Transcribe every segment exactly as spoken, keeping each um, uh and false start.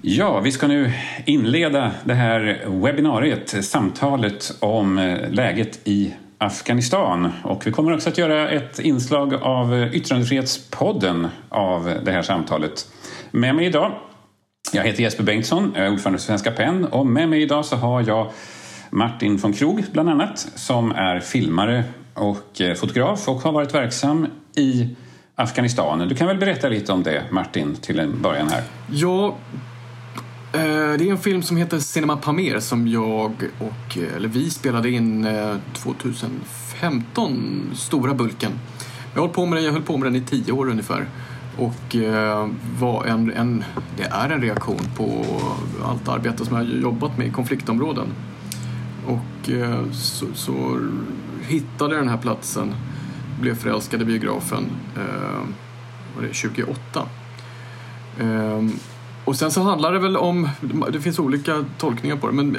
Ja, vi ska nu inleda det här webbinariet, samtalet om läget i Afghanistan. Och vi kommer också att göra ett inslag av Yttrandefrihetspodden av det här samtalet. Med mig idag, jag heter Jesper Bengtsson, jag är ordförande för Svenska PEN. Och med mig idag så har jag Martin von Krog bland annat, som är filmare och fotograf och har varit verksam i Afghanistan. Du kan väl berätta lite om det, Martin, till en början här. Ja, det är en film som heter Cinema Pamir som jag och, eller vi spelade in tjugohundrafemton, stora bulken. Jag höll på med den, jag höll på med den i tio år ungefär. Och var en, en, det är en reaktion på allt arbete som jag har jobbat med i konfliktområden. Och så, så hittade jag den här platsen, blev förälskad i biografen var det tjugoåtta. Och sen så handlar det väl om, det finns olika tolkningar på det, men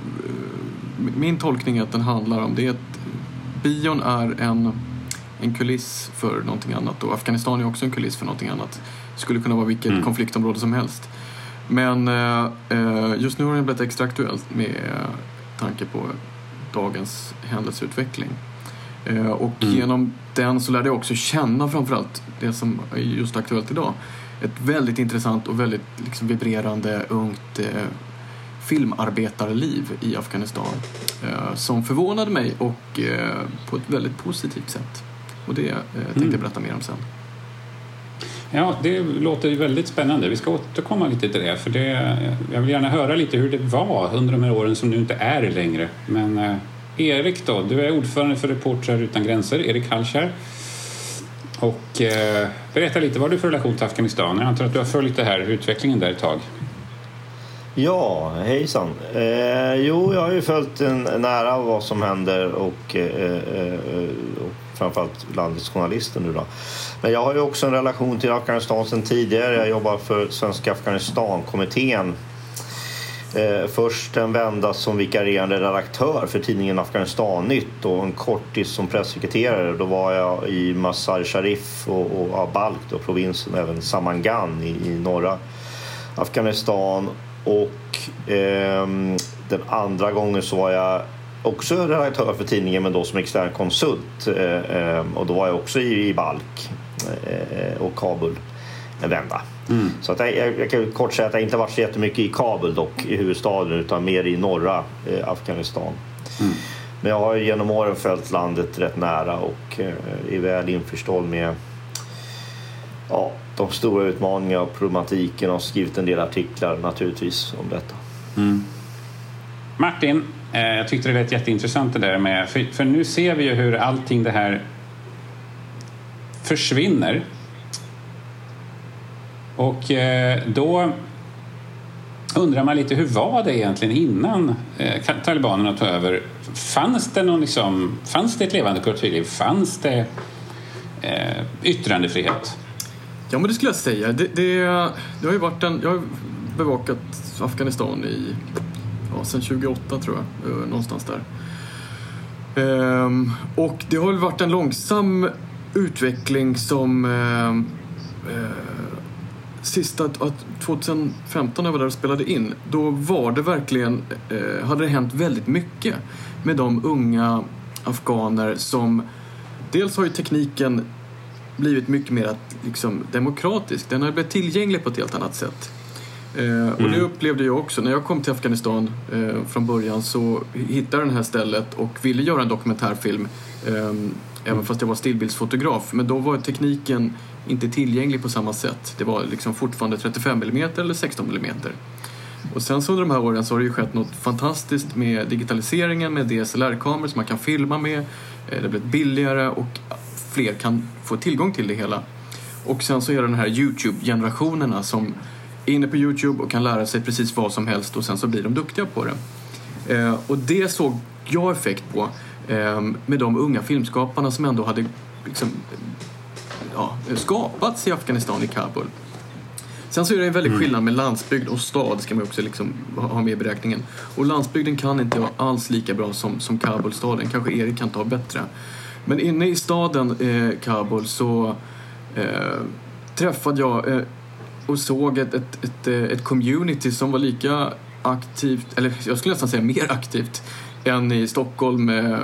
min tolkning är att den handlar om det, att bion är en, en kuliss för någonting annat, och Afghanistan är också en kuliss för någonting annat. Det skulle kunna vara vilket mm. konfliktområde som helst. Men eh, just nu har det blivit extra aktuellt med tanke på dagens händelseutveckling. Eh, och mm. genom den så lärde jag också känna framförallt det som är just aktuellt idag. Ett väldigt intressant och väldigt liksom vibrerande ungt eh, filmarbetarliv i Afghanistan eh, som förvånade mig och eh, på ett väldigt positivt sätt. Och det eh, tänkte mm. jag berätta mer om sen. Ja, det låter ju väldigt spännande. Vi ska återkomma lite till det, för det, jag vill gärna höra lite hur det var under de här åren som nu inte är längre. Men eh, Erik då, du är ordförande för Reportrar utan gränser, Erik Hallkjær. Och eh, berätta lite, vad har du för relation till Afghanistan? Jag antar att du har följt det här, utvecklingen där ett tag. Ja, hejsan. Eh, jo, jag har ju följt en, nära vad som händer och, eh, eh, och framförallt landets journalister nu då. Men jag har ju också en relation till Afghanistan sedan tidigare. Jag jobbar för Svenska Afghanistan-kommittén. Eh, först en vända som vikarierande redaktör för tidningen Afghanistan-nytt och en kortis som pressekreterare. Då var jag i Mazar-i-Sharif och, och Abalk, då, provinsen, även Samangan i, i norra Afghanistan. Och eh, den andra gången så var jag också redaktör för tidningen, men då som extern konsult. Eh, och då var jag också i, i Balk eh, och Kabul en vända. Mm. Så att jag, jag, jag kan kort säga att jag inte varit så jättemycket i Kabul dock, i huvudstaden, utan mer i norra eh, Afghanistan. Mm. Men jag har genom åren följt landet rätt nära och eh, är väl införstådd med ja, de stora utmaningarna och problematiken, och skrivit en del artiklar naturligtvis om detta. Mm. Martin, eh, jag tyckte det lät jätteintressant det där med, för, för nu ser vi ju hur allting det här försvinner. Och eh, då undrar man lite, hur var det egentligen innan eh, talibanerna tog över? Fanns det någon liksom, fanns det ett levande kulturliv? Fanns det eh, yttrandefrihet? Ja, men det skulle jag säga. Det, det, det har ju varit en, jag har bevakat Afghanistan i ja, sedan tjugoåtta tror jag, någonstans där. Ehm, och det har väl varit en långsam utveckling som eh, eh, sista att tjugohundrafemton när jag var där och spelade in, då var det verkligen eh, hade det hänt väldigt mycket med de unga afghaner som dels har ju tekniken blivit mycket mer liksom demokratisk. Den har blivit tillgänglig på ett helt annat sätt. Eh, mm. Och det upplevde jag också. När jag kom till Afghanistan eh, från början så hittade jag det här stället och ville göra en dokumentärfilm eh, även fast jag var stillbildsfotograf. Men då var tekniken inte tillgänglig på samma sätt. Det var liksom fortfarande trettiofem millimeter eller sexton millimeter. Och sen så under de här åren så har det ju skett något fantastiskt med digitaliseringen, med D S L R-kameror som man kan filma med. Eh, det har blivit billigare och fler kan få tillgång till det hela. Och sen så är det den här YouTube-generationerna som är inne på YouTube och kan lära sig precis vad som helst, och sen så blir de duktiga på det. Eh, och det såg jag effekt på eh, med de unga filmskaparna som ändå hade liksom, ja, skapats i Afghanistan, i Kabul. Sen så är det en väldigt skillnad med landsbygd och stad, ska man också liksom ha med i beräkningen. Och landsbygden kan inte vara alls lika bra som, som Kabulstaden. Kanske Erik kan ta bättre. Men inne i staden eh, Kabul så eh, träffade jag eh, och såg ett, ett, ett, ett community som var lika aktivt, eller jag skulle nästan säga mer aktivt än i Stockholm, eh,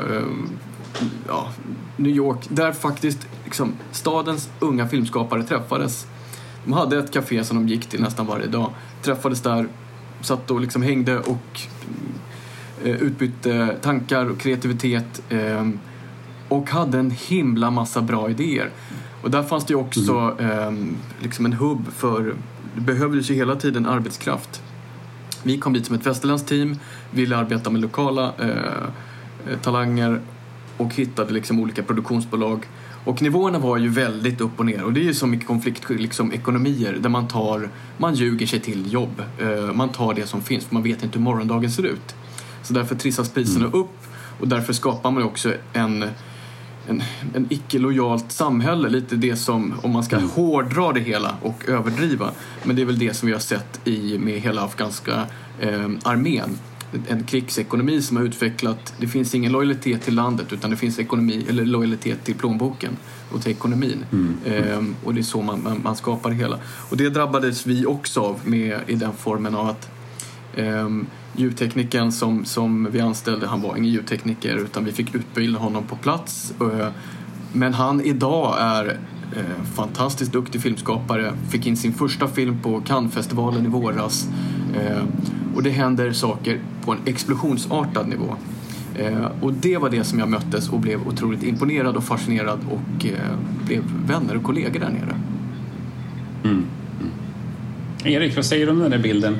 ja, New York, där faktiskt liksom, stadens unga filmskapare träffades. De hade ett café som de gick till nästan varje dag, träffades där, satt och liksom hängde och eh, utbytte tankar och kreativitet eh, och hade en himla massa bra idéer. Och där fanns det ju också mm. eh, liksom en hubb för, det behövdes ju hela tiden arbetskraft. Vi kom dit som ett västerländskt team, ville arbeta med lokala eh, talanger och hittade liksom olika produktionsbolag. Och nivåerna var ju väldigt upp och ner. Och det är ju så mycket konflikt, liksom ekonomier, där man tar, man ljuger sig till jobb. Eh, man tar det som finns, för man vet inte hur morgondagen ser ut. Så därför trissas priserna mm. upp, och därför skapar man också en, en, en icke-lojalt samhälle. Lite det som, om man ska mm. hårdra det hela och överdriva. Men det är väl det som vi har sett i, med hela afghanska eh, armén. En krigsekonomi som har utvecklat, det finns ingen lojalitet till landet, utan det finns ekonomi, eller lojalitet till plånboken och till ekonomin. Mm. Ehm, och det är så man, man, man skapar det hela. Och det drabbades vi också av med, i den formen av att ehm, ljudteknikern som, som vi anställde, han var ingen ljudtekniker, utan vi fick utbilda honom på plats. Ehm, men han idag är eh, fantastiskt duktig filmskapare, fick in sin första film på Cannes-festivalen i våras. Ehm, Och det händer saker på en explosionsartad nivå. Eh, och det var det som jag möttes och blev otroligt imponerad och fascinerad och eh, blev vänner och kollegor där nere. Mm. Mm. Erik, vad säger du om den där bilden?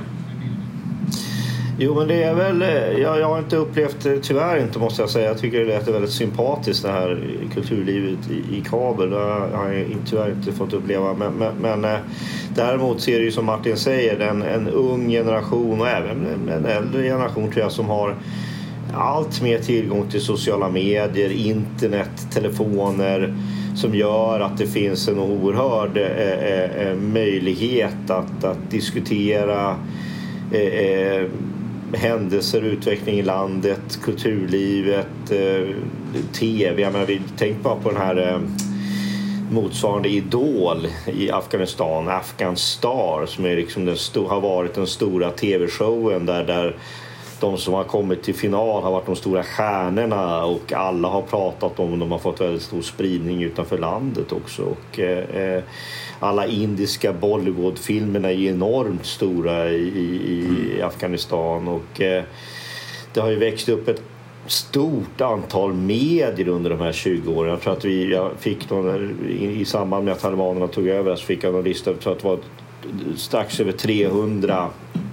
Jo, men det är väl, jag, jag har inte upplevt det, tyvärr inte måste jag säga. Jag tycker det är väldigt sympatiskt det här kulturlivet i, i Kabul. Det har jag tyvärr inte fått uppleva. Men, men, men däremot ser det ju som Martin säger, en, en ung generation och även en äldre generation tror jag som har allt mer tillgång till sociala medier, internet, telefoner, som gör att det finns en oerhörd eh, eh, möjlighet att, att diskutera eh, händelser, utveckling i landet, kulturlivet, eh, tv. Jag menar, vi tänker bara på den här eh, motsvarande Idol i Afghanistan, Afghan Star, som är liksom den sto- har varit den stora tv-showen där, där de som har kommit till final har varit de stora stjärnorna och alla har pratat om, de har fått väldigt stor spridning utanför landet också. Och eh, alla indiska Bollywood-filmerna är enormt stora i, i, i Afghanistan, och eh, det har ju växt upp ett stort antal medier under de här tjugo åren. Jag tror att vi, jag fick någon, i, i samband med att talibanerna tog över, så fick jag någon lista, jag tror att det var strax över trehundra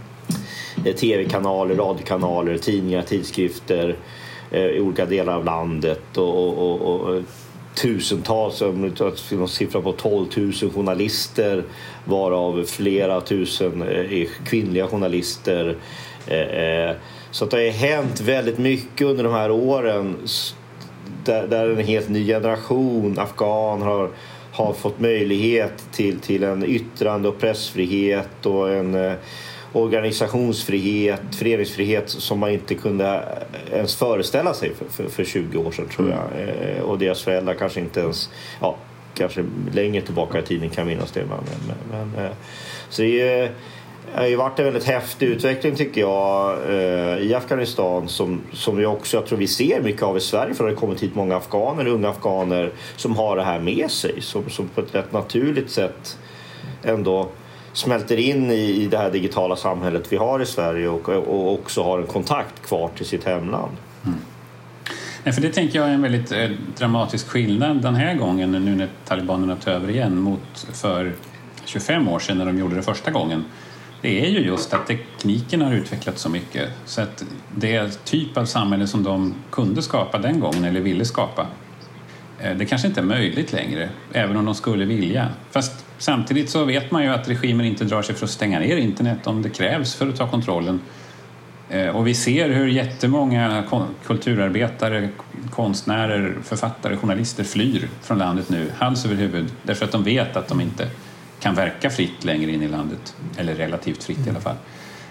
tv-kanaler, radiokanaler, tidningar, tidskrifter eh, i olika delar av landet, och, och, och, och tusentals, en siffra på tolv tusen journalister, varav flera tusen är kvinnliga journalister. Eh, så att det har hänt väldigt mycket under de här åren, där, där en helt ny generation afghaner har, har fått möjlighet till, till en yttrande- och pressfrihet och en organisationsfrihet, föreningsfrihet som man inte kunde ens föreställa sig för, för, för tjugo år sedan, tror jag. Mm. Och deras föräldrar kanske inte ens, ja, kanske längre tillbaka i tiden kan minnas det. Men, men, men, så det har ju varit en väldigt häftig utveckling, tycker jag, i Afghanistan, som, som vi också, jag tror vi ser mycket av i Sverige, för det har kommit hit många afghaner, unga afghaner som har det här med sig, som, som på ett rätt naturligt sätt ändå smälter in i, i det här digitala samhället vi har i Sverige, och, och också har en kontakt kvar till sitt hemland. Mm. Nej, för det tänker jag är en väldigt eh, dramatisk skillnad den här gången, nu när talibanerna tar över igen, mot för tjugofem år sedan när de gjorde det första gången. Det är ju just att tekniken har utvecklats så mycket, så att det typ av samhälle som de kunde skapa den gången, eller ville skapa, eh, det kanske inte är möjligt längre, även om de skulle vilja. Fast samtidigt så vet man ju att regimer inte drar sig för att stänga ner internet om det krävs för att ta kontrollen. Och vi ser hur jättemånga kulturarbetare, konstnärer, författare, journalister flyr från landet nu, hals över huvud, därför att de vet att de inte kan verka fritt längre in i landet, eller relativt fritt i alla fall.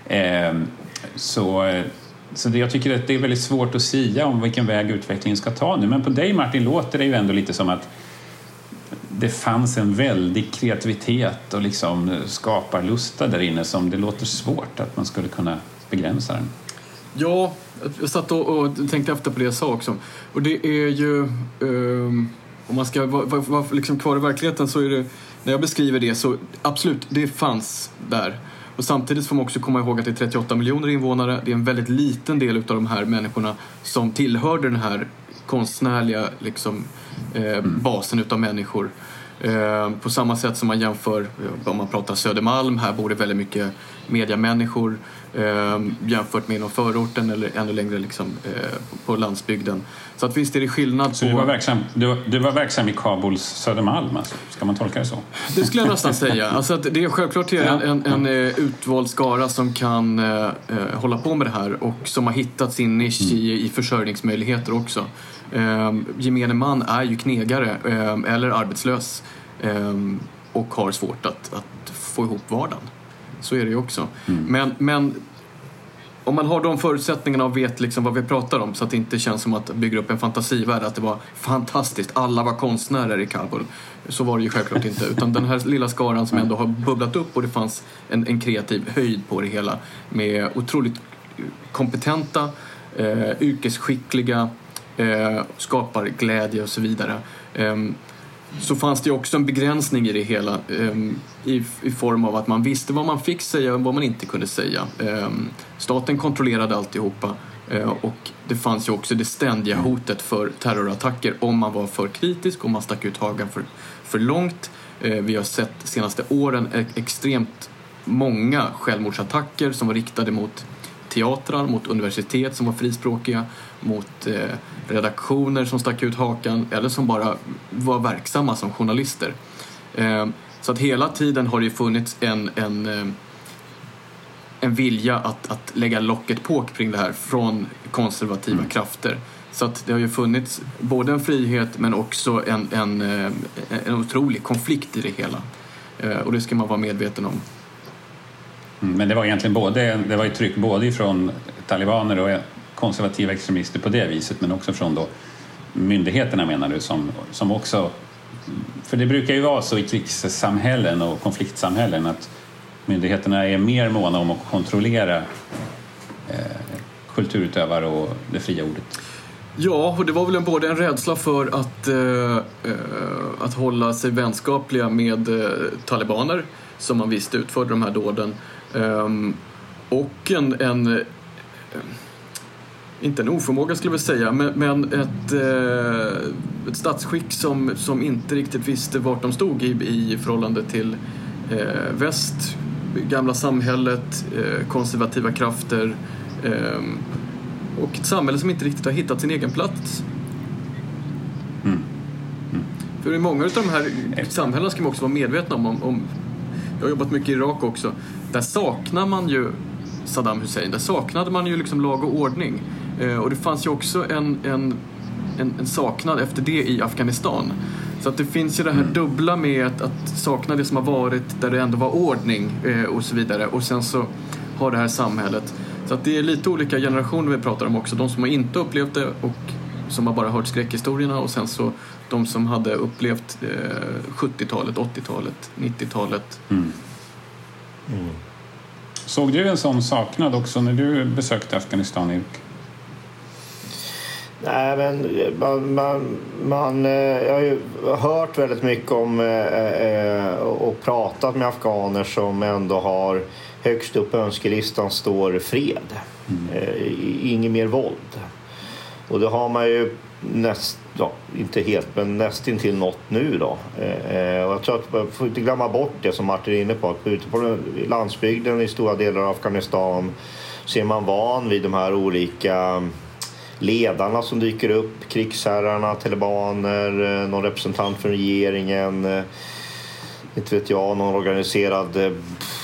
Så, så det, jag tycker att det är väldigt svårt att säga om vilken väg utvecklingen ska ta nu. Men på dig, Martin, låter det ju ändå lite som att det fanns en väldig kreativitet och liksom skaparlusta där inne som det låter svårt att man skulle kunna begränsa den. Ja, jag satt och, och tänkte efter på det jag sa också. Och det är ju, um, om man ska vara, vara liksom kvar i verkligheten, så är det, när jag beskriver det, så absolut, det fanns där. Och samtidigt får man också komma ihåg att det är trettioåtta miljoner invånare. Det är en väldigt liten del av de här människorna som tillhörde den här konstnärliga liksom, eh, basen utav människor. Eh, på samma sätt som man jämför, om man pratar Södermalm, här bor det väldigt mycket mediamänniskor eh, jämfört med inom förorten eller ännu längre liksom, eh, på landsbygden. Så att visst är det skillnad på... Så du var verksam, du var, du var verksam i Kabuls Södermalm, alltså. Ska man tolka det så? Det skulle jag nästan säga. Alltså att det är självklart en, en, en utvald skara som kan eh, hålla på med det här och som har hittat sin nisch mm. i, i försörjningsmöjligheter också. Eh, gemene man är ju knegare eh, eller arbetslös eh, och har svårt att, att få ihop vardagen. Så är det ju också. Mm. Men, men om man har de förutsättningarna och vet liksom vad vi pratar om, så att det inte känns som att bygga upp en fantasivärld, att det var fantastiskt, alla var konstnärer i Kabul. Så var det ju självklart inte. Utan den här lilla skaran som ändå har bubblat upp, och det fanns en, en kreativ höjd på det hela med otroligt kompetenta, eh, yrkesskickliga, eh, skapar glädje och så vidare. Eh, så fanns det också en begränsning i det hela um, i, i form av att man visste vad man fick säga och vad man inte kunde säga. Um, staten kontrollerade alltihopa uh, och det fanns ju också det ständiga hotet för terrorattacker om man var för kritisk, om man stack ut hagen för, för långt. Uh, vi har sett de senaste åren extremt många självmordsattacker som var riktade mot teatrar, mot universitet som var frispråkiga, mot eh, redaktioner som stack ut hakan eller som bara var verksamma som journalister. Eh, så att hela tiden har det funnits en, en, eh, en vilja att, att lägga locket på kring det här från konservativa mm. krafter. Så att det har ju funnits både en frihet men också en, en, en otrolig konflikt i det hela. Eh, och det ska man vara medveten om. Men det var egentligen både, det var ju tryck både från talibaner och konservativa extremister på det viset, men också från då myndigheterna, menar du, som, som också, för det brukar ju vara så i krigssamhällen och konfliktsamhällen att myndigheterna är mer måna om att kontrollera eh, kulturutövare och det fria ordet. Ja, och det var väl en, både en rädsla för att, eh, att hålla sig vänskapliga med eh, talibaner som man visste utförde de här dåden. Um, och en, en uh, inte en oförmåga skulle jag säga, men, men ett, uh, ett statsskick som, som inte riktigt visste vart de stod i, i förhållande till uh, väst, gamla samhället, uh, konservativa krafter um, och ett samhälle som inte riktigt har hittat sin egen plats. Mm. Mm. För i många av de här samhällena ska man också vara medvetna om, om, om jag har jobbat mycket i Irak också. Där saknar man ju Saddam Hussein. Där saknade man ju liksom lag och ordning. Eh, och det fanns ju också en, en, en, en saknad efter det i Afghanistan. Så att det finns ju det här dubbla med att, att sakna det som har varit där det ändå var ordning eh, och så vidare. Och sen så har det här samhället. Så att det är lite olika generationer vi pratar om också. De som har inte upplevt det och som har bara hört skräckhistorierna, och sen så de som hade upplevt eh, sjuttiotalet, åttiotalet, nittiotalet. Mm. Mm. Såg du en sån saknad också när du besökte Afghanistan, Erik? Nej, men man, man, man, jag har ju hört väldigt mycket om eh, och pratat med afghaner som ändå har högst upp på önskelistan står fred. Mm. Eh, inget mer våld. Och det har man ju näst, ja, inte helt, men nästintill något nu då. Eh, och jag tror att man får inte glömma bort det som Martin är inne på. Att ute på landsbygden i stora delar av Afghanistan så är man van vid de här olika ledarna som dyker upp. Krigsherrarna, talibaner, någon representant för regeringen, inte vet jag, någon organiserad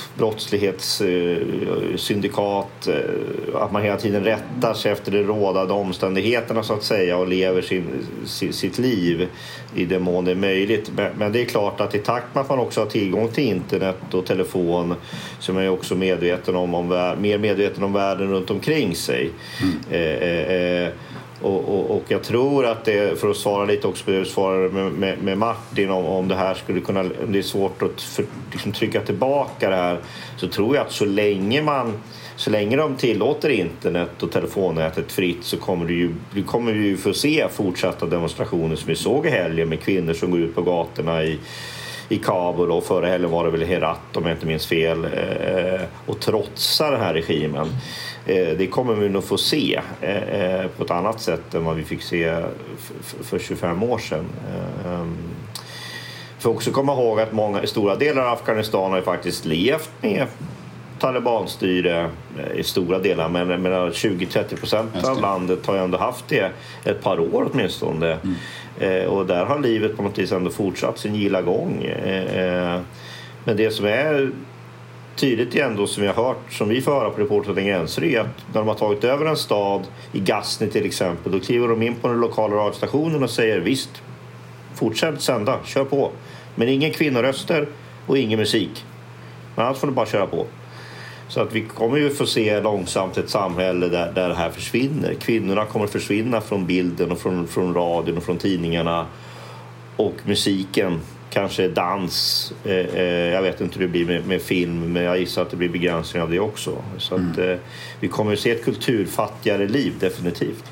brottslighetssyndikat, att man hela tiden rättar sig efter de rådande omständigheterna så att säga och lever sin, sitt liv i det mån det är möjligt. Men det är klart att i takt med att man också har tillgång till internet och telefon så är man ju också medveten om, om mer medveten om världen runt omkring sig. Mm. Eh, eh, och, och, och jag tror att det, för att svara lite också på det, svara med, med, med Martin om, om det här skulle kunna, om det är svårt att för, liksom trycka tillbaka det här, så tror jag att så länge man så länge de tillåter internet och telefonnätet fritt, så kommer du ju, du kommer ju få se fortsatta demonstrationer som vi såg i helgen med kvinnor som går ut på gatorna i, i Kabul, och förra helgen var det väl Herat om jag inte minns fel, eh, och trotsa den här regimen. Eh, det kommer vi nog få se eh, på ett annat sätt än vad vi fick se f- för tjugofem år sedan. Eh, för också komma ihåg att många, stora delar av Afghanistan har ju faktiskt levt med talibanstyre i stora delar, men, men tjugo till trettio procent av landet har ju ändå haft det ett par år åtminstone. Mm. Eh, och där har livet på något vis ändå fortsatt sin gilla gång. Eh, men det som är tydligt ändå, som vi har hört, som vi får höra på Reporter utan gränser, är att när de har tagit över en stad, i Ghazni till exempel, då kliver de in på den lokala radiostationen och säger visst, fortsätt sända, kör på. Men ingen kvinnoröster och ingen musik. Men annars får du bara köra på. Så att vi kommer ju få se långsamt ett samhälle där, där det här försvinner. Kvinnorna kommer försvinna från bilden och från, från radion och från tidningarna. Och musiken, kanske dans. Eh, eh, jag vet inte hur det blir med, med film, men jag gissar att det blir begränsning av det också. Så att eh, vi kommer att se ett kulturfattigare liv, definitivt.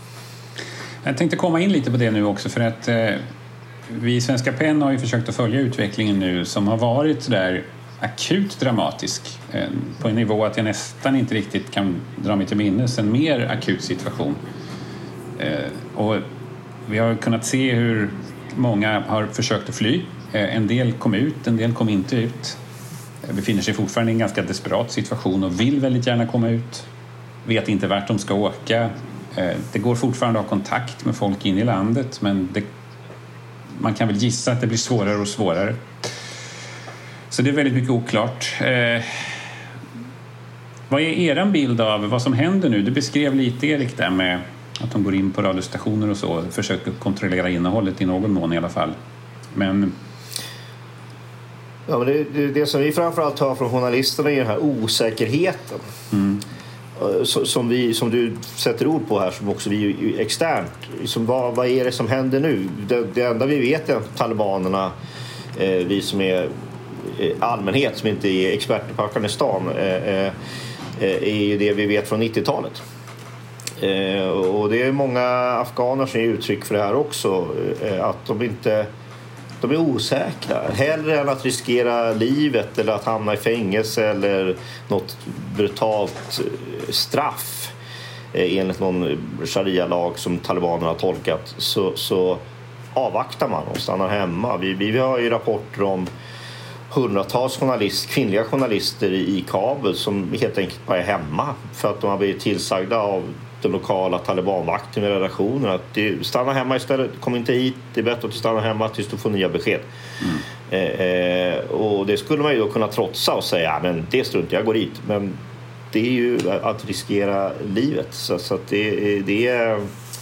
Jag tänkte komma in lite på det nu också, för att eh, vi i Svenska P E N har ju försökt att följa utvecklingen nu, som har varit där akut dramatisk, på en nivå att jag nästan inte riktigt kan dra mig till minnes en mer akut situation. Och vi har kunnat se hur många har försökt att fly. En del kom ut, en del kom inte ut. Befinner sig fortfarande i en ganska desperat situation och vill väldigt gärna komma ut. Vet inte vart de ska åka. Det går fortfarande att ha kontakt med folk in i landet, men det, man kan väl gissa att det blir svårare och svårare. Så det är väldigt mycket oklart. Eh, vad är er bild av vad som händer nu? Du beskrev lite, Erik, där med att de går in på radiostationer och så, försöker kontrollera innehållet i någon mån i alla fall. Men... Ja, men det, det, det som vi framförallt hör från journalisterna är den här osäkerheten. Mm. Som, vi, som du sätter ord på här, som också vi externt. Som vad, vad är det som händer nu? Det, det enda vi vet är att talibanerna, eh, vi som är allmänhet som inte är experter på Afghanistan, eh, eh, är ju det vi vet från nittiotalet. Eh, och det är många afghaner som ger uttryck för det här också, eh, att de inte de är osäkra. Hellre än att riskera livet eller att hamna i fängelse eller något brutalt straff eh, enligt någon sharia-lag som talibanerna har tolkat, så, så avvaktar man och stannar hemma. Vi, vi har ju rapporter om hundratals journalist, kvinnliga journalister i Kabul som helt enkelt bara är hemma för att de har blivit tillsagda av den lokala talibanvakten med redaktionen att du stanna hemma istället, kom inte hit, det är bättre att du stannar hemma tills du får nya besked. Mm. Eh, eh, och det skulle man ju då kunna trotsa och säga, men det strunt, jag går hit. Men det är ju att riskera livet, så, så att det, det är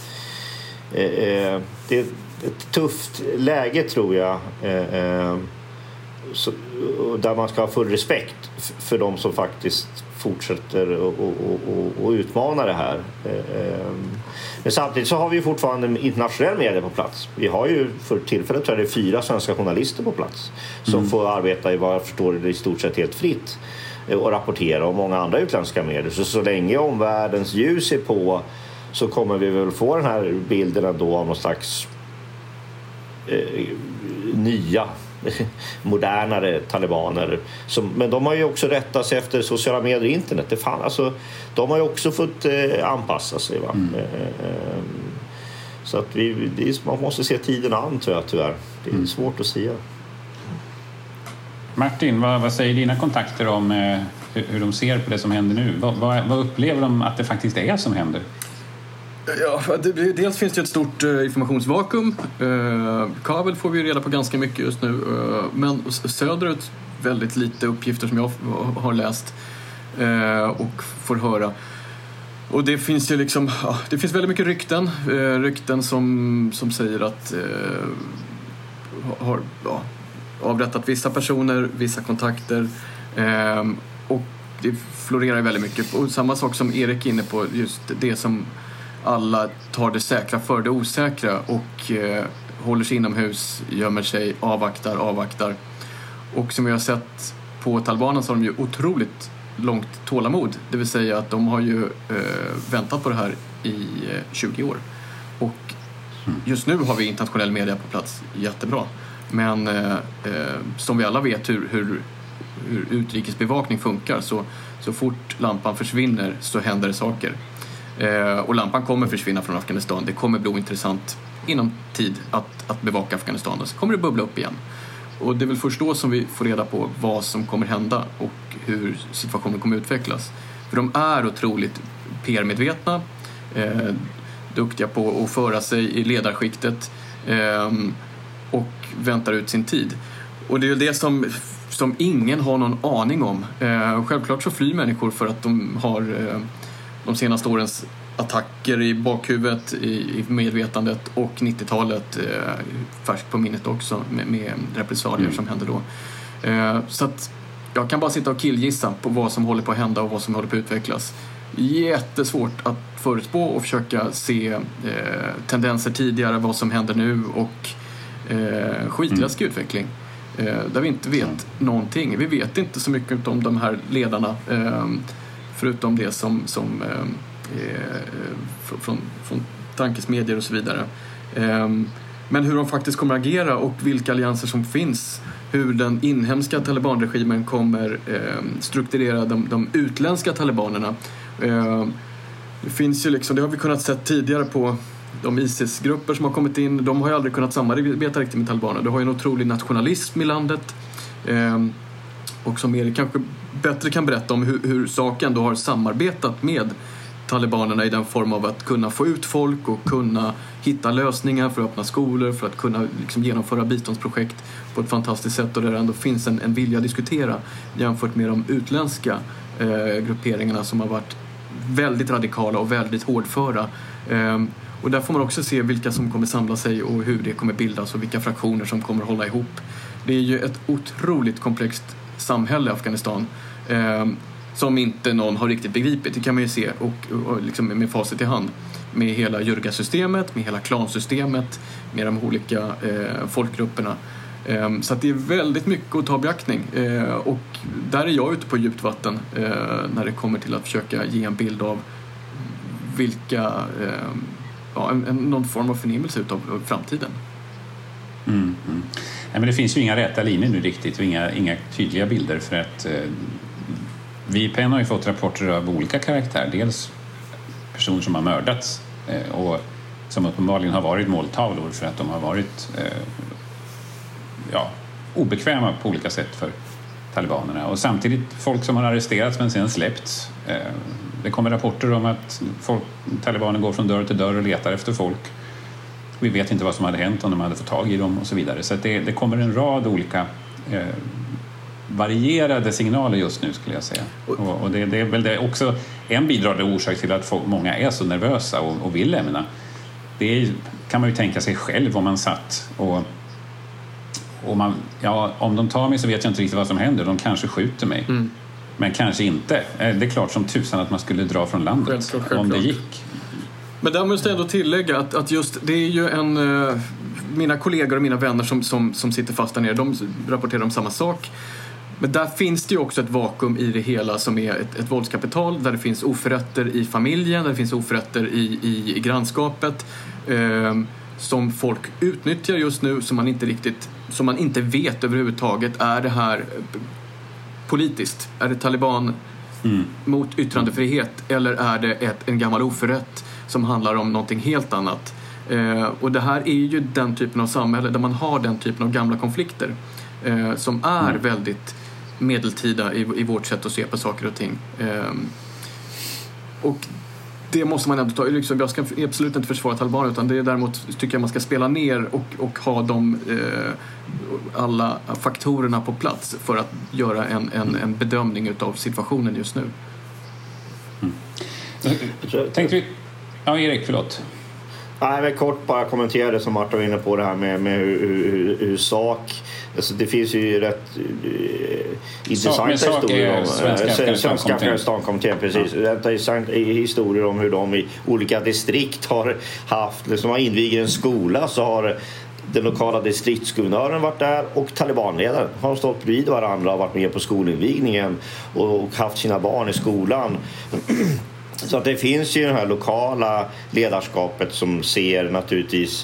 eh, det är ett tufft läge, tror jag. Eh, eh, Så, där man ska ha full respekt för de som faktiskt fortsätter och, och, och, och utmana det här. Men samtidigt så har vi ju fortfarande internationell media på plats. Vi har ju för tillfället tror jag det är fyra svenska journalister på plats som mm. får arbeta i vad jag förstår det i stort sett helt fritt och rapportera, och många andra utländska medier. Så så länge omvärldens ljus är på så kommer vi väl få den här bilden ändå av någon slags eh, nya modernare talibaner som, men de har ju också rättat sig efter sociala medier och internet. Det fan, alltså, de har ju också fått eh, anpassa sig, va? Mm. Eh, så att vi, det är, man måste se tiden an, tror jag, tyvärr. Det är mm. svårt att säga. Martin, vad, vad säger dina kontakter om eh, hur, hur de ser på det som händer nu? Vad, vad, vad upplever de att det faktiskt är som händer? Ja, det, dels finns det ett stort uh, informationsvakuum. Uh, Kabul får vi reda på ganska mycket just nu. Uh, men söderut väldigt lite uppgifter som jag har läst uh, och får höra. Och det finns ju liksom, uh, det finns väldigt mycket rykten. Uh, rykten som, som säger att uh, har uh, avrättat vissa personer, vissa kontakter. Uh, och det florerar väldigt mycket. Och samma sak som Erik är inne på, just det som alla tar det säkra för det osäkra och eh, håller sig inomhus, gömmer sig, avvaktar, avvaktar. Och som vi har sett på talibanerna så har de ju otroligt långt tålamod. Det vill säga att de har ju eh, väntat på det här i eh, tjugo år. Och just nu har vi internationell media på plats jättebra. Men eh, eh, som vi alla vet hur, hur, hur utrikesbevakning funkar, så, så fort lampan försvinner så händer det saker. Eh, och lampan kommer försvinna från Afghanistan. Det kommer bli intressant inom tid att, att bevaka Afghanistan. Och så kommer det bubbla upp igen. Och det är väl först då som vi får reda på vad som kommer hända och hur situationen kommer utvecklas. För de är otroligt P R-medvetna, eh, duktiga på att föra sig i ledarskiktet eh, och väntar ut sin tid. Och det är ju det som, som ingen har någon aning om. Eh, självklart så flyr människor för att de har eh, de senaste årens attacker i bakhuvudet, i, i medvetandet, och nittiotalet eh, färskt på minnet också med, med repressalier mm. som hände då. Eh, så att jag kan bara sitta och killgissa på vad som håller på att hända och vad som håller på att utvecklas. Jättesvårt att förutspå och försöka se eh, tendenser tidigare, vad som händer nu, och eh, skitläskig mm. utveckling. Eh, där vi inte vet mm. någonting. Vi vet inte så mycket om de här ledarna eh, förutom det som, som eh, från, från tankesmedier och så vidare. Men hur de faktiskt kommer att agera och vilka allianser som finns, hur den inhemska talibanregimen kommer strukturera de, de utländska talibanerna. Det finns ju liksom, det har vi kunnat se tidigare på de ISIS-grupper som har kommit in. De har ju aldrig kunnat samarbeta riktigt med talibanerna. Det har ju en otrolig nationalism i landet, och som Erik kanske bättre kan berätta om hur, hur saken då har samarbetat med talibanerna i den form av att kunna få ut folk och kunna hitta lösningar för att öppna skolor, för att kunna liksom genomföra biståndsprojekt på ett fantastiskt sätt, och där det ändå finns en, en vilja att diskutera jämfört med de utländska eh, grupperingarna som har varit väldigt radikala och väldigt hårdföra. Eh, och där får man också se vilka som kommer samla sig och hur det kommer bildas och vilka fraktioner som kommer hålla ihop. Det är ju ett otroligt komplext samhälle i Afghanistan. Eh, som inte någon har riktigt begripit. Det kan man ju se och, och liksom med facit i hand. Med hela jurgasystemet, med hela klansystemet, med de olika eh, folkgrupperna. Eh, så att det är väldigt mycket att ta beaktning. Eh, och där är jag ute på djupt vatten eh, när det kommer till att försöka ge en bild av vilka, eh, ja, en, en, någon form av förnimmelse av framtiden. Mm, mm. Nej, men det finns ju inga rätta linjer nu riktigt och inga, inga tydliga bilder, för att eh, vi i P N har ju fått rapporter av olika karaktär. Dels personer som har mördats eh, och som uppenbarligen har varit måltavlor för att de har varit eh, ja, obekväma på olika sätt för talibanerna. Och samtidigt folk som har arresterats men sen släppts. Eh, det kommer rapporter om att folk, talibaner går från dörr till dörr och letar efter folk. Vi vet inte vad som hade hänt, om de hade fått tag i dem och så vidare. Så att det, det kommer en rad olika eh, varierade signaler just nu, skulle jag säga. Och, och det, det är väl det också en bidragande orsak till att folk, många är så nervösa och, och vill lämna. Det är, kan man ju tänka sig själv om man satt och, och man, ja, om de tar mig så vet jag inte riktigt vad som händer. De kanske skjuter mig. Mm. Men kanske inte. Det är klart som tusan att man skulle dra från landet självklart, självklart. Om det gick. Men där måste jag ändå tillägga att, att just det är ju en... Uh, mina kollegor och mina vänner som, som, som sitter fast där nere, de rapporterar om samma sak. Men där finns det ju också ett vakuum i det hela som är ett, ett våldskapital, där det finns oförrätter i familjen, där det finns oförrätter i, i, i grannskapet eh, som folk utnyttjar just nu, som man inte riktigt, som man inte vet överhuvudtaget. Är det här politiskt? Är det Taliban mm. mot yttrandefrihet, eller är det ett, en gammal oförrätt som handlar om någonting helt annat? Eh, och det här är ju den typen av samhälle där man har den typen av gamla konflikter eh, som är mm. väldigt medeltida i, i vårt sätt att se på saker och ting. Um, och det måste man ändå ta. Liksom, jag ska absolut inte försvara talibaner, utan det är däremot tycker jag man ska spela ner och, och ha de, uh, alla faktorerna på plats för att göra en, en, en bedömning av situationen just nu. Mm. Tänkte vi... Ja, Erik, förlåt. Nej, men kort bara kommentera det som Marta var inne på, det här med, med hur, hur, hur sak Alltså det finns ju rätt uh, intressanta historier om Svenska, Svenska Afghanistankommittén, precis. Ja. Rätt intressanta historier om hur de i olika distrikt har haft, liksom har invigt en skola, så har den lokala distriktsguvernören varit där och talibanledaren har stått bredvid varandra och varit med på skolinvigningen och haft sina barn i skolan. Så att det finns ju det här lokala ledarskapet som ser naturligtvis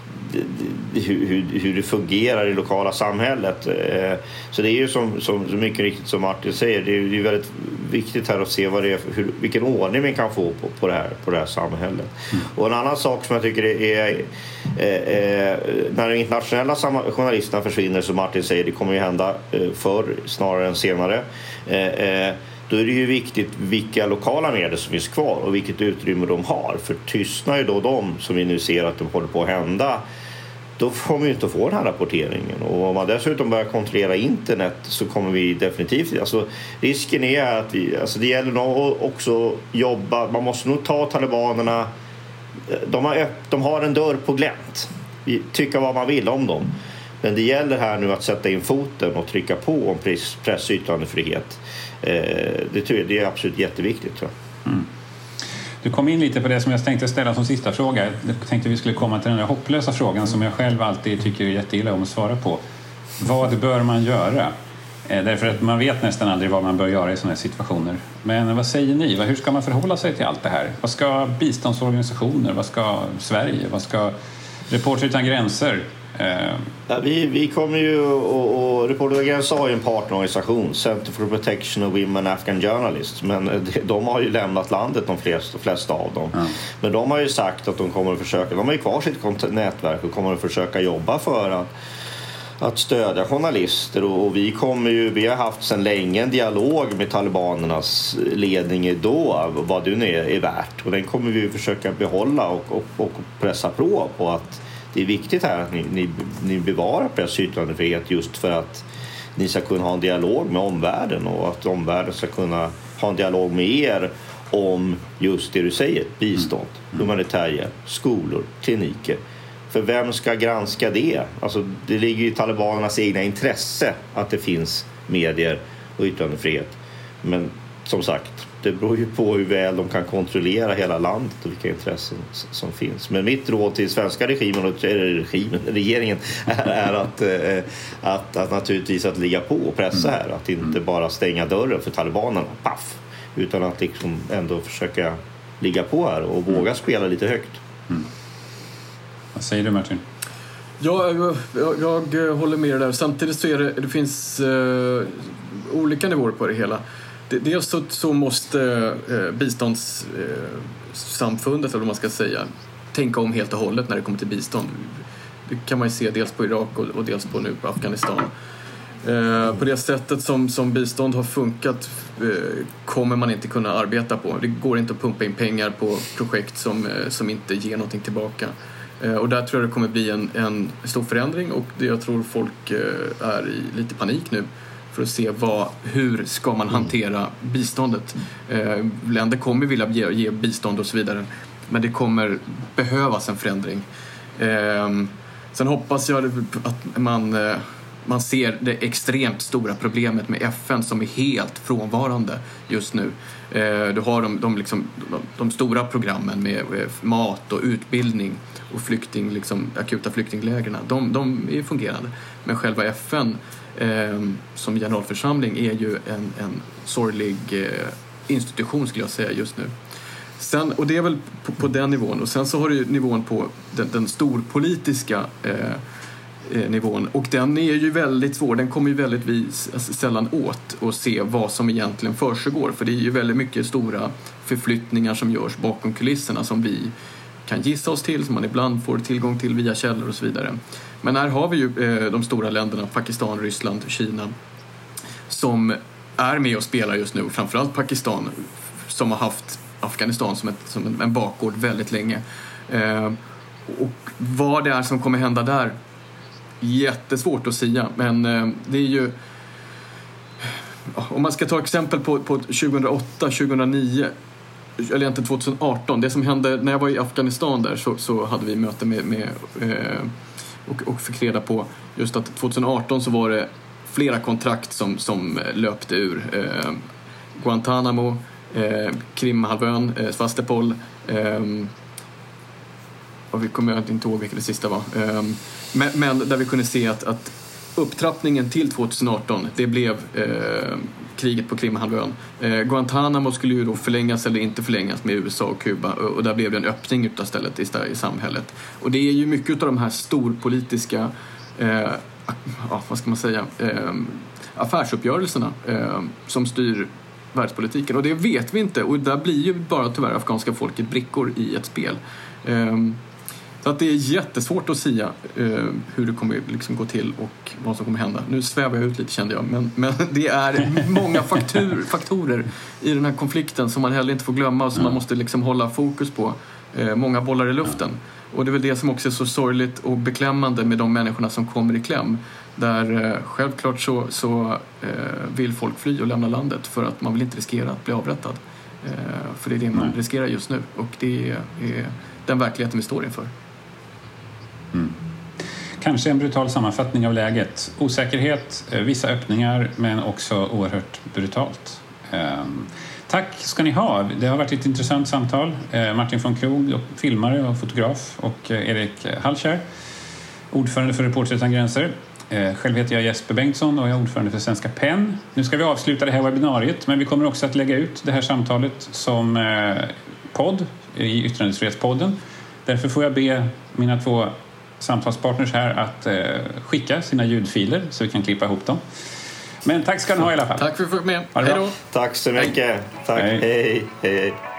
hur, hur, hur det fungerar i det lokala samhället. Så det är ju som, som, så mycket riktigt som Martin säger, det är ju väldigt viktigt här att se vad det är, hur, vilken ordning man kan få på, på, det, här, på det här samhället. Mm. Och en annan sak som jag tycker är eh, när de internationella journalisterna försvinner, som Martin säger, det kommer ju hända eh, förr snarare än senare, eh, eh, då är det ju viktigt vilka lokala medier som finns kvar och vilket utrymme de har. För tystnar ju då de, som vi nu ser att de håller på att hända, då får vi ju inte få den här rapporteringen. Och om man dessutom börjar kontrollera internet så kommer vi definitivt... Alltså, risken är att vi... Alltså, det gäller nog också jobba... Man måste nog ta talibanerna... De har, de har en dörr på glänt. Tycka vad man vill om dem. Men det gäller här nu att sätta in foten och trycka på om press, press och yttrandefrihet. Det, tror jag, det är absolut jätteviktigt, tror jag. Mm. Du kom in lite på det som jag tänkte ställa som sista fråga. Jag tänkte vi skulle komma till den där hopplösa frågan som jag själv alltid tycker är jätteilla om att svara på. Vad bör man göra? Därför att man vet nästan aldrig vad man bör göra i sådana här situationer. Men vad säger ni? Hur ska man förhålla sig till allt det här? Vad ska biståndsorganisationer? Vad ska Sverige? Vad ska Reportrar utan gränser? Ja, vi, vi kommer ju, och, och Reportrar utan gränser har ju en partnerorganisation, Center for Protection of Women Afghan Journalists, men de, de har ju lämnat landet, de flesta, de flesta av dem. Mm. Men de har ju sagt att de kommer att försöka, de har ju kvar sitt nätverk och kommer att försöka jobba för att att stödja journalister, och vi kommer ju, vi har haft sedan länge en dialog med talibanernas ledning då, vad du nu är, är värt, och den kommer vi försöka behålla och, och, och pressa på på att det är viktigt här att ni, ni, ni bevarar press- och yttrandefrihet, just för att ni ska kunna ha en dialog med omvärlden och att omvärlden ska kunna ha en dialog med er om just det du säger, bistånd, humanitär hjälp, skolor, kliniker. För vem ska granska det? Alltså, det ligger ju i talibanernas egna intresse att det finns medier och yttrandefrihet. Men som sagt, det beror ju på hur väl de kan kontrollera hela landet och vilka intressen som finns. Men mitt råd till svenska regimen och regimen, regeringen är, är att, att, att naturligtvis att ligga på och pressa här. Att inte bara stänga dörren för talibanerna, paff. Utan att liksom ändå försöka ligga på här och våga spela lite högt. Mm. Vad säger du, Martin? Ja, jag, jag, jag håller med där. Samtidigt så är det, det finns uh, olika nivåer på det hela. Det, dels så, så måste uh, biståndssamfundet, uh, eller vad man ska säga, tänka om helt och hållet när det kommer till bistånd. Det kan man ju se dels på Irak och, och dels på nu på Afghanistan. Uh, på det sättet som, som bistånd har funkat uh, kommer man inte kunna arbeta på. Det går inte att pumpa in pengar på projekt som, uh, som inte ger någonting tillbaka. Och där tror jag det kommer bli en, en stor förändring, och det jag tror folk är i lite panik nu för att se vad, hur ska man hantera biståndet. Länder kommer vilja ge, ge bistånd och så vidare, men det kommer behövas en förändring. Sen hoppas jag att man, man ser det extremt stora problemet med F N som är helt frånvarande just nu. Du har de, de, liksom, de, de stora programmen med mat och utbildning och flykting, liksom, akuta flyktinglägerna, de, de är fungerande. Men själva F N eh, som generalförsamling är ju en, en sorglig eh, institution, skulle jag säga, just nu. Sen, och det är väl på, på den nivån. Och sen så har du nivån på den, den storpolitiska eh, nivån, och den är ju väldigt svår. Den kommer ju väldigt vis, sällan åt att se vad som egentligen försiggår, för det är ju väldigt mycket stora förflyttningar som görs bakom kulisserna som vi kan gissa oss till, som man ibland får tillgång till via källor och så vidare. Men här har vi ju eh, de stora länderna, Pakistan, Ryssland, Kina, som är med och spelar just nu, framförallt Pakistan som har haft Afghanistan som, ett, som en, en bakgård väldigt länge. Eh, och vad det är som kommer hända där, jättesvårt att säga, men eh, det är ju, om man ska ta exempel på, på tjugohundraåtta tjugohundranio, eller egentligen tjugoarton, det som hände när jag var i Afghanistan där, så, så hade vi möte med, med eh, och, och fick reda på just att tjugoarton så var det flera kontrakt som, som löpte ur. Eh, Guantanamo, eh, Krimhalvön, eh, Svastopol, eh, och vi kommer inte ihåg vilka det sista var. Eh, men, men där vi kunde se att, att upptrappningen till tjugoarton, det blev eh, kriget på Krimhalvön. Eh, Guantanamo skulle ju då förlängas eller inte förlängas med U S A och Kuba, och, och där blev det en öppning utav stället i, i samhället. Och det är ju mycket av de här storpolitiska eh, ja, vad ska man säga, eh, affärsuppgörelserna eh, som styr världspolitiken. Och det vet vi inte, och där blir ju bara tyvärr afghanska folket brickor i ett spel. Eh, så att det är jättesvårt att säga eh, hur det kommer liksom gå till och vad som kommer hända. Nu svävar jag ut lite, kände jag, men, men det är många faktur, faktorer i den här konflikten som man heller inte får glömma och som man måste liksom hålla fokus på. Eh, många bollar i luften. Och det är väl det som också är så sorgligt och beklämmande med de människorna som kommer i kläm. Där eh, självklart så, så eh, vill folk fly och lämna landet för att man vill inte riskera att bli avrättad. Eh, för det är det man Nej. riskerar just nu. Och det är, är den verkligheten vi står inför. Mm. Kanske en brutal sammanfattning av läget. Osäkerhet, vissa öppningar, men också oerhört brutalt. Um, tack ska ni ha. Det har varit ett intressant samtal. Uh, Martin von Krog, filmare och fotograf, och uh, Erik Hallkjær, ordförande för Reportrar utan gränser. Uh, själv heter jag Jesper Bengtsson och jag är ordförande för Svenska P E N. Nu ska vi avsluta det här webbinariet, men vi kommer också att lägga ut det här samtalet som uh, podd i Yttrandefrihetspodden. Därför får jag be mina två samtalspartners här att eh, skicka sina ljudfiler så vi kan klippa ihop dem. Men tack ska ni ha i alla fall. Tack för att du fick med. Hej då. Tack så mycket. Hej. Tack. Hej. Hej. Hej.